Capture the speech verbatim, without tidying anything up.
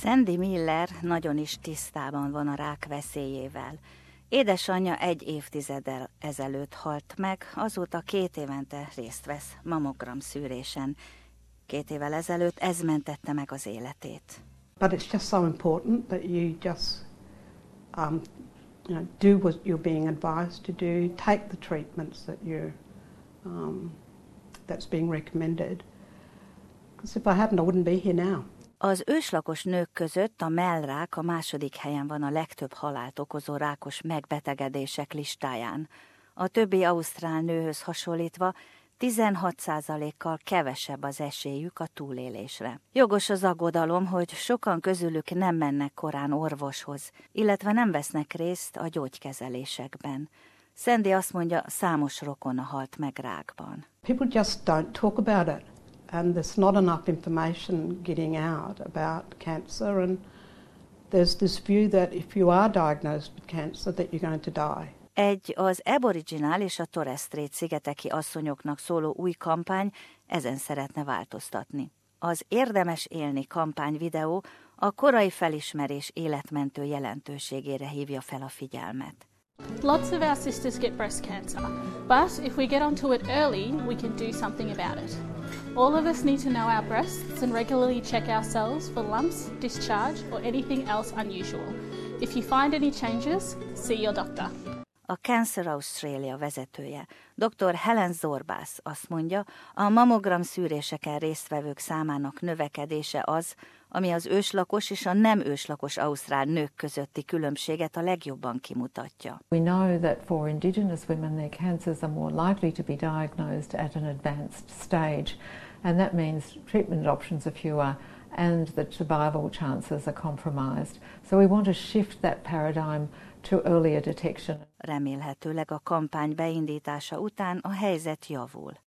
Sandy Miller nagyon is tisztában van a rák veszélyével. Édesanyja egy évtizeddel ezelőtt halt meg, azóta két évente részt vesz mammogram szűrésen. Két évvel ezelőtt ez mentette meg az életét. But it's just so important that you just um, you know, do what you're being advised to do, take the treatments that you um, that's being recommended. Because if I hadn't, I wouldn't be here now. Az őslakos nők között a mellrák a második helyen van a legtöbb halált okozó rákos megbetegedések listáján. A többi ausztrál nőhöz hasonlítva tizenhat százalékkal kevesebb az esélyük a túlélésre. Jogos az aggodalom, hogy sokan közülük nem mennek korán orvoshoz, illetve nem vesznek részt a gyógykezelésekben. Sandy azt mondja, számos rokona halt meg rákban. People just don't talk about it. And there's not enough information getting out about cancer, and there's this view that if you are diagnosed with cancer that you're going to die. Egy az Aboriginal és a Torres Strait szigeteki asszonyoknak szóló új kampány ezen szeretne változtatni. Az Érdemes élni kampány videó a korai felismerés életmentő jelentőségére hívja fel a figyelmet. Lots of our sisters get breast cancer, but if we get onto it early, we can do something about it. All of us need to know our breasts and regularly check ourselves for lumps, discharge, or anything else unusual. If you find any changes, see your doctor. A Cancer Australia vezetője, dr. Helen Zorbász azt mondja, a mammogram szűréseken résztvevők számának növekedése az, ami az őslakos és a nem őslakos ausztrál nők közötti különbséget a legjobban kimutatja. We know that for Indigenous women their cancers are more likely to be diagnosed at an advanced stage, and that means treatment options are fewer and the survival chances are compromised. So we want to shift that paradigm to earlier detection. Remélhetőleg a kampány beindítása után a helyzet javul.